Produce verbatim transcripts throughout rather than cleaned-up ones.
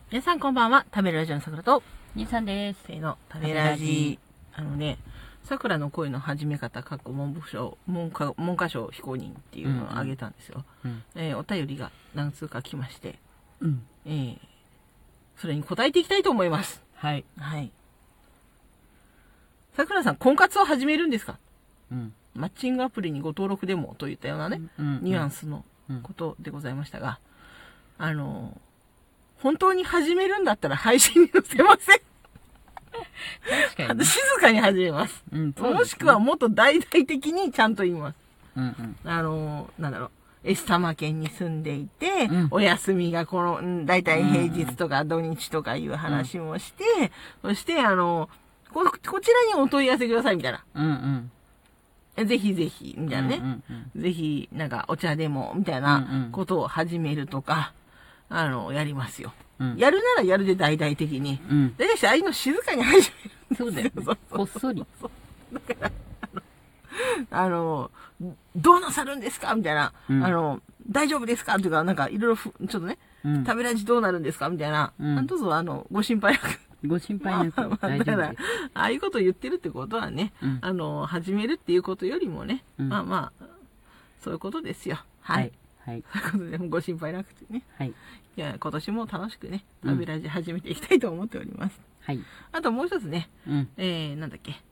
皆さんこんばんは。食べるラジオのさくらと、 兄さんです。 せーの、食べラジ。あのね、さくらの声の始め方、かっこ文部省、文科、文科省非公認っていうのをあげたんですよ。 うん、 えー、お便りが何通か来まして、 うん、 えー、それに答えていきたいと思います。 はい。 はい。さくらさん、婚活を始めるんですか？ うん。 マッチングアプリにご登録でもといったようなね、 うん、 ニュアンスのことでございましたが、あのー、本当に始めるんだったら配信に載せません。 確かに、ね。 静かに始めます。 うん、 そうですね、もしくはもっと大々的にちゃんと言います。 うんうん、 あのー、なんだろう。エスタマ県に住んでいて、 うん、 お休みがこの、うん、大体平日とか土日とかいう話もして、うん、そして、あのーこ、こちらにお問い合わせくださいみたいな。 うんうん、ぜひぜひ、みたいなね。 うんうんうん、 ぜひ、なんか、お茶でも、みたいなことを始めるとか、あの、やりますよ。うん、やるならやるで大々的に。うん。大体ああいうの静かに始める。 そうだよ、ね。そうそうこっそり。 だから、あの、どうなさるんですかみたいな、うん。あの、大丈夫ですかっていうか、なんか、いろいろ、ちょっとね、うん、食べラジどうなるんですかみたいな。うん、どうぞ、あの、ご心配なく。 ご心配なく。まあまあ、だから、 ああいうことを言ってるってことはね、うん、あの、始めるっていうことよりもね、うん、まあまあ、そういうことですよ。はい。はいはい。ということで、ご心配なくてね。はい。いや、今年も楽しくね、食べラジ始めていきたいと思っております。はい。あともう一つね、うん、えー、なんだっけ。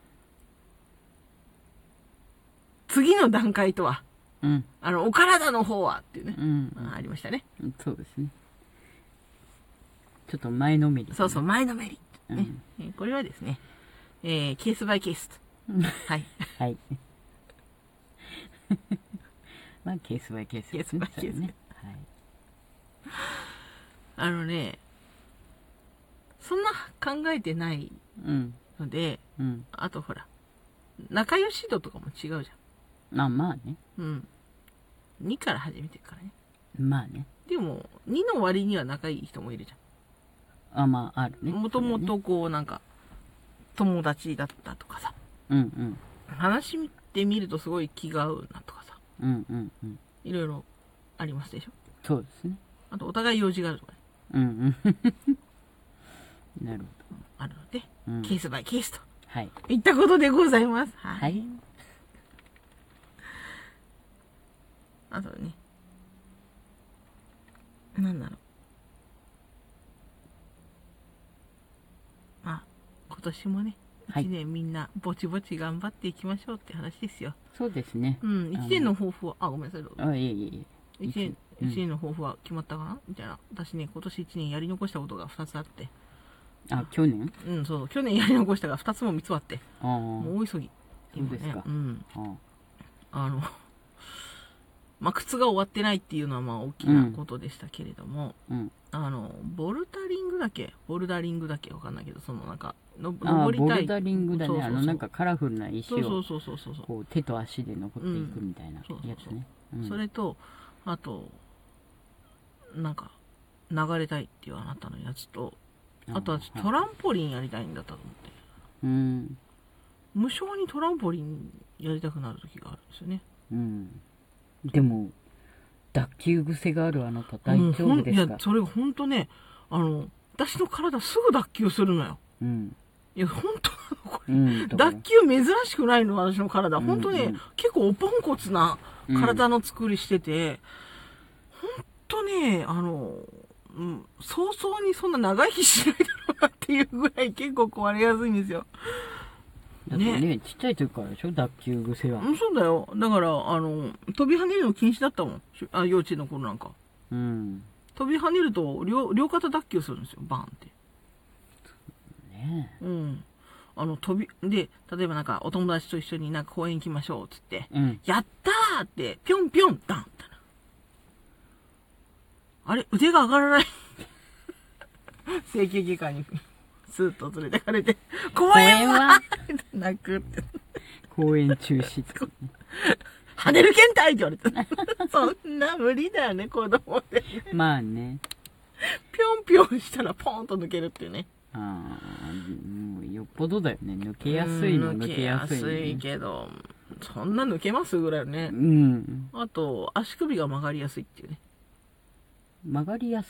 次の段階とは、うん。あの、お体の方はっていうね、うん、ありましたね。 そうですね。ちょっと前のめり、ね。 そうそう、前のめり。ね、うん、これはですね、えー、ケースバイケースと。はい。はい。 まあ、ケースバイケース、 ね。ケースバイケースね。はい。あのね、そんな考えてないので、うんうん、あとほら、仲良し度とかも違うじゃん。あ、まあね。 うん。にから始めてるからね。 まあね。 でも、にの割には仲いい人もいるじゃん。 あ、まあ、あるね。 もともとこう、なんか、友達だったとかさ。うんうん。話してみるとすごい気が合うなとかさ。うんうんうん。いろいろありますでしょ。 そうですね。 あと、お互い用事があるとかね。うんうん。なるほど。あるので、うん、ケースバイケースと。はい。いったことでございます。はい。はい、あとね。なんだろう。まあ、今年もね、一年みんなぼちぼち頑張っていきましょうって話ですよ。 そうですね。 うん、一年の抱負は、あ、ごめんなさい、どうぞ。 あ、いえいえいえ。一年、一年の抱負は決まったかなみたいな。私ね、今年一年やり残したことが二つあって。 あ、去年うん、そうそう。去年やり残したが二つも三つあって。ああ。もう大急ぎ。 そうですか。 うん。ああの、まあ、靴が終わってないっていうのはまあ大きなことでしたけれども、うん、あの、ボルダリングだけ、ボルダリングだけわかんないけど、そのなんか、の登りたい。 ボルダリングだね。そうそうそう、あのなんかカラフルな石を、 そうそうそうそうそう、 こう手と足で登っていくみたいなやつね。 それと、あと、なんか、流れたいっていうあなたのやつと、あとはトランポリンやりたいんだったと思って。うん。無性にトランポリンやりたくなる時があるんですよね。うん。 でも、脱臼癖があるあなた大丈夫ですか？ いや、それが本当ね、あの、私の体すぐ脱臼するのよ。うん。いや、本当なのこれ、うん、脱臼珍しくないの、私の体。本当ね、うんうん、結構おポンコツな体の作りしてて、うん、本当ね、あの、うん、早々にそんな長生きしないだろうなっていうぐらい結構壊れやすいんですよ。 だってね、ね、ちっちゃい時からでしょ、脱臼癖は。 うん、そうだよ。だから、あの、飛び跳ねるの禁止だったもん。あ、幼稚園の頃なんか。うん。飛び跳ねると、両、両肩脱臼するんですよ、バーンって。ねえ。うん。あの、飛び、で、例えばなんか、お友達と一緒になんか公園行きましょう、つって、うん、やったーって、ぴょんぴょん、ダンみたいな。あれ、腕が上がらない。整形外科に。スーッと連れてかれて、公園は泣くって。 公園中止。 跳ねるけんたいって言われて。そんな無理だよね、子供で。 まあね。 ぴょんぴょんしたらポーンと抜けるっていうね。 ああ、もうよっぽどだよね。抜けやすいの抜けやすい、ね。 抜けやすいけど、そんな抜けますぐらいね。うん。あと、足首が曲がりやすいっていうね。 曲がりやすい。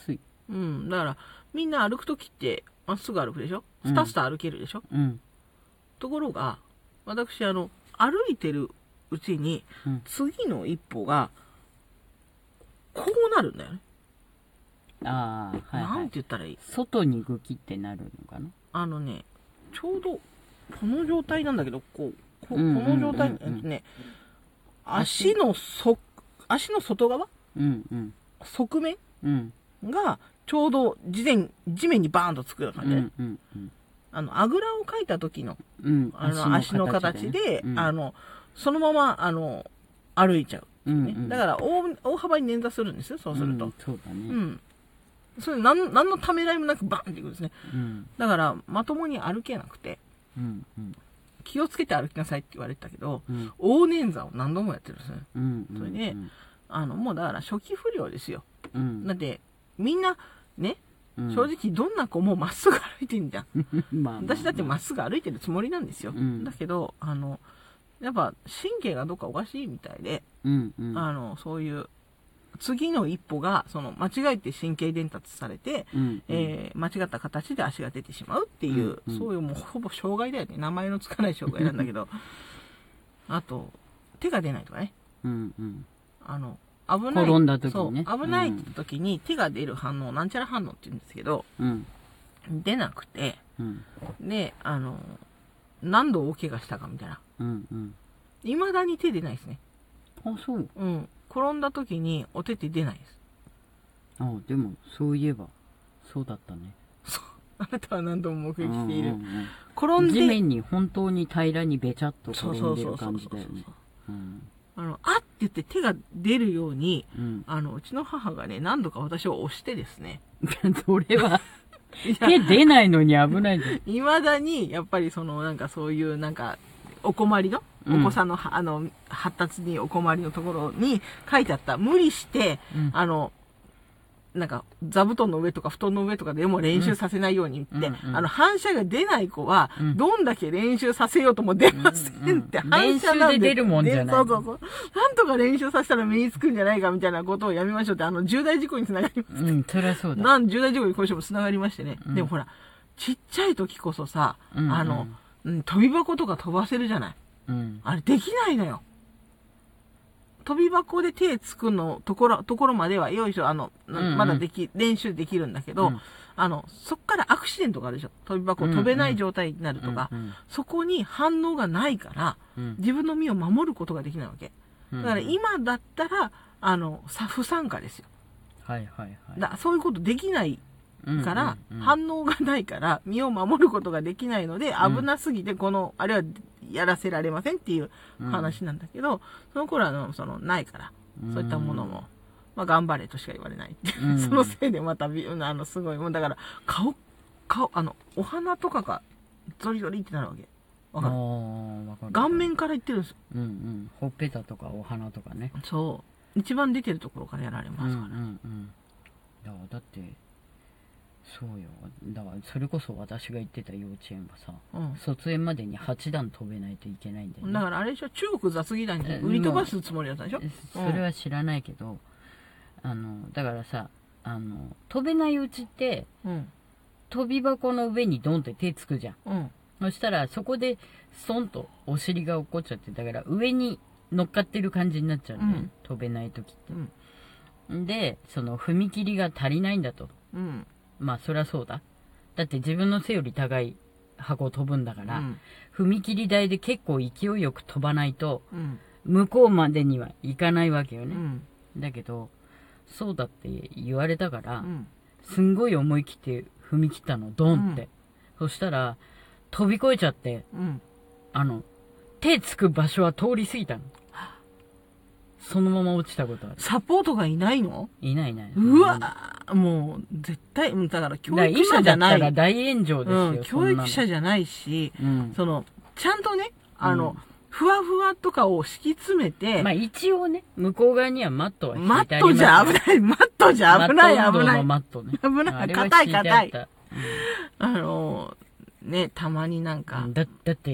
うん。だから、みんな歩くときって、まっすぐ歩くでしょ、スタスタ歩けるでしょ、うん、ところが、私、あの、歩いてるうちに、うん、次の一歩が、こうなるんだよね。 ああ、はい、はい。 なんて言ったらいい？ 外にグキってなるのかな？ あのね、ちょうど、この状態なんだけど、こう、こ, この状態、えっとね、足のそ、足の外側、うんうん、側面、うん、が、ちょうど地面、地面にバーンとつくような感じで、うんうんうん、あの、あぐらをかいた時の、うん、あの足の形で、うん、あの、そのまま、あの、歩いちゃう、ね。うんうん、だから大、大幅に捻挫するんですよ、そうすると。うん、そうだね。うん。それ何、何のためらいもなくバーンっていくんですね。うん、だから、まともに歩けなくて、うんうん、気をつけて歩きなさいって言われてたけど、うん、大捻挫を何度もやってるんですね。うんうんうん、それで、あの、もうだから初期不良ですよ。うん、だって、みんな、ね、うん、正直どんな子もまっすぐ歩いてんじゃん。まあまあまあ、私だってまっすぐ歩いてるつもりなんですよ。うん、だけど、あの、やっぱ神経がどっかおかしいみたいで、うんうん、あの、そういう、次の一歩が、その、間違えて神経伝達されて、うんうん、えー、間違った形で足が出てしまうっていう、うんうん、そういうもうほぼ障害だよね。名前のつかない障害なんだけど、あと、手が出ないとかね。うんうん、あの、危ない。 転んだ時にね。 そう、危ない時に手が出る反応、なんちゃら反応って言うんですけど、うん、出なくて、うん、で、あの、何度大怪我したかみたいな。うんうん、未だに手出ないですね。 あ、そう。 うん。転んだ時にお手って出ないです。 ああ、でも、そういえば、そうだったね。 そう。あなたは何度も目撃している。 うんうんうん、転んで。地面に本当に平らにべちゃっと転んでる感じだよね。 あの、あって言って手が出るように、うん、あの、うちの母がね、何度か私を押してですね。 それは、手出ないのに危ないじゃん。 未だに、やっぱりその、なんかそういう、なんか、お困りの、お子さんの、うん、あの、発達にお困りのところに書いてあった。無理して、うん、あの、なんか、座布団の上とか布団の上とかでも練習させないように言って、うんうん、あの、反射が出ない子は、どんだけ練習させようとも出ませんって、うんうん、 反射なんで。練習で出るもんじゃない。 そうそうそう。なんとか練習させたら身につくんじゃないかみたいなことをやめましょうって、あの、重大事故につながります。 うん、そりゃそうだ。 なん、重大事故に今週もつながりましてね。うん、でもほら、ちっちゃい時こそさ、うんうん、あの、うん、飛び箱とか飛ばせるじゃない。うん、あれできないのよ。飛び箱で手つくのところ、ところまでは、よいしょ、あの、うんうん、まだでき、練習できるんだけど、うん、あの、そっからアクシデントがあるでしょ。飛び箱飛べない状態になるとか、うんうん、そこに反応がないから、うん、自分の身を守ることができないわけ。だから今だったら、あの、不参加ですよ。 はいはいはい。 だそういうことできないから、うんうんうん、反応がないから、身を守ることができないので、危なすぎて、この、あれは、やらせられませんっていう話なんだけど、うん、その頃はの、その、ないから、そういったものも、まあ、頑張れとしか言われないっていう、うん、そのせいでまた、あの、すごい、もうだから、顔、顔、あの、お花とかが、ゾリゾリってなるわけ。わかる？わかる。顔面からいってるんですよ。 うんうん。ほっぺたとかお花とかね。 そう。一番出てるところからやられますから。うんうんうん。 だから、だって、そうよ。だから、それこそ私が行ってた幼稚園はさ、うん、卒園までにはちだん飛べないといけないんだよね。 だからあれでしょ、中国雑技団に売り飛ばすつもりだったでしょ、うん、 それは知らないけど、あの、だからさ、あの、飛べないうちって、うん、飛び箱の上にドンって手つくじゃん。うん、そしたら、そこで、ストンとお尻が落っこっちゃって、だから上に乗っかってる感じになっちゃうんだよね。うん、飛べない時って。うん、で、その踏切が足りないんだと。うんまあ、そりゃそうだ。だって自分の背より高い箱を飛ぶんだから、うん、踏切台で結構勢いよく飛ばないと、うん、向こうまでには行かないわけよね。うん、だけど、そうだって言われたから、うん、すんごい思い切って踏み切ったの、ドンって。そしたら、飛び越えちゃって、あの、手つく場所は通り過ぎたの。そのまま落ちたことある。 サポートがいないの？ いないいない。 うわもう、絶対、だから教育者じゃない。 今だったら大炎上ですよ、うん、 教育者じゃないし、うん、その、ちゃんとね、あの、うん、ふわふわとかを敷き詰めて。 まあ一応ね、向こう側にはマットは敷いてあります、ね。 マットじゃ危ない、マットじゃ危ない、危ない。 マットね。 危ない、硬い、硬い。あの、ね、たまになんか。 だ、だって、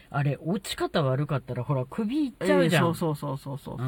あれ、落ち方悪かったら、ほら、首いっちゃうじゃん。 えー、そうそうそうそうそう。うん、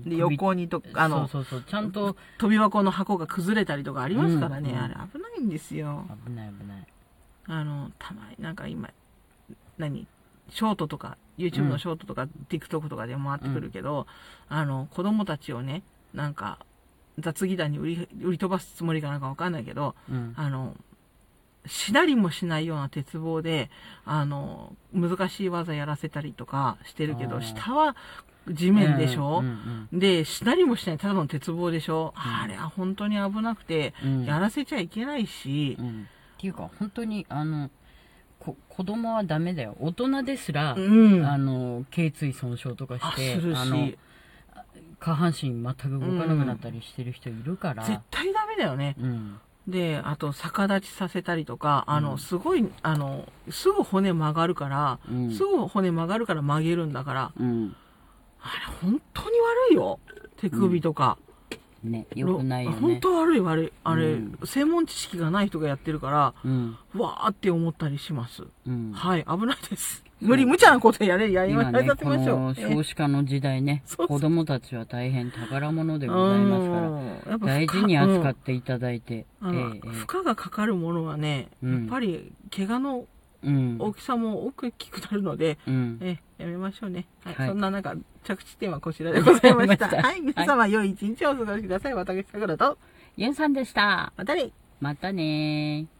で、横にと、あの、 そうそうそう、ちゃんと。 飛び箱の箱が崩れたりとかありますからね、うんうん、あれ危ないんですよ。 危ない危ない。 あの、たまになんか今、何ショートとか、YouTube のショートとか、うん、TikTok とかで回ってくるけど、うん、あの、子供たちをね、なんか、雑技団に売り、売り飛ばすつもりかなんかわかんないけど、うん、あの、しなりもしないような鉄棒で、あの、難しい技やらせたりとかしてるけど、下は地面でしょ、うんうんうん、で、しなりもしないただの鉄棒でしょ、うん、あれは本当に危なくて、うん、やらせちゃいけないし、 うん、っていうか本当に、あの、こ子供はダメだよ。大人ですら、 うん、 あの、頸椎損傷とかして、 あ、するし、 あの、下半身全く動かなくなったりしてる人いるから。 うん、絶対ダメだよね。 うんで、あと、逆立ちさせたりとか、あの、すごい、あの、すぐ骨曲がるから、うん、すぐ骨曲がるから曲げるんだから、うん、あれ、本当に悪いよ。手首とか。 うん、ね、よくないよね。 本当悪い悪い。あれ、うん、専門知識がない人がやってるから、うん、わーって思ったりします。うん、はい、危ないです。無理無茶なことやれ、やりましょう。やりましょう。少子化の時代ね、子供たちは大変宝物でございますから、大事に扱っていただいて。 うん、ええ、負荷がかかるものはね、うん、やっぱり怪我の大きさも大きくなるので、うん、えやめましょうね。はい。はい、そんな中、着地点はこちらでございました。はい。皆様、良い一日をお過ごしください。私、さくらと、 ゆんさんでした。 またね。 またね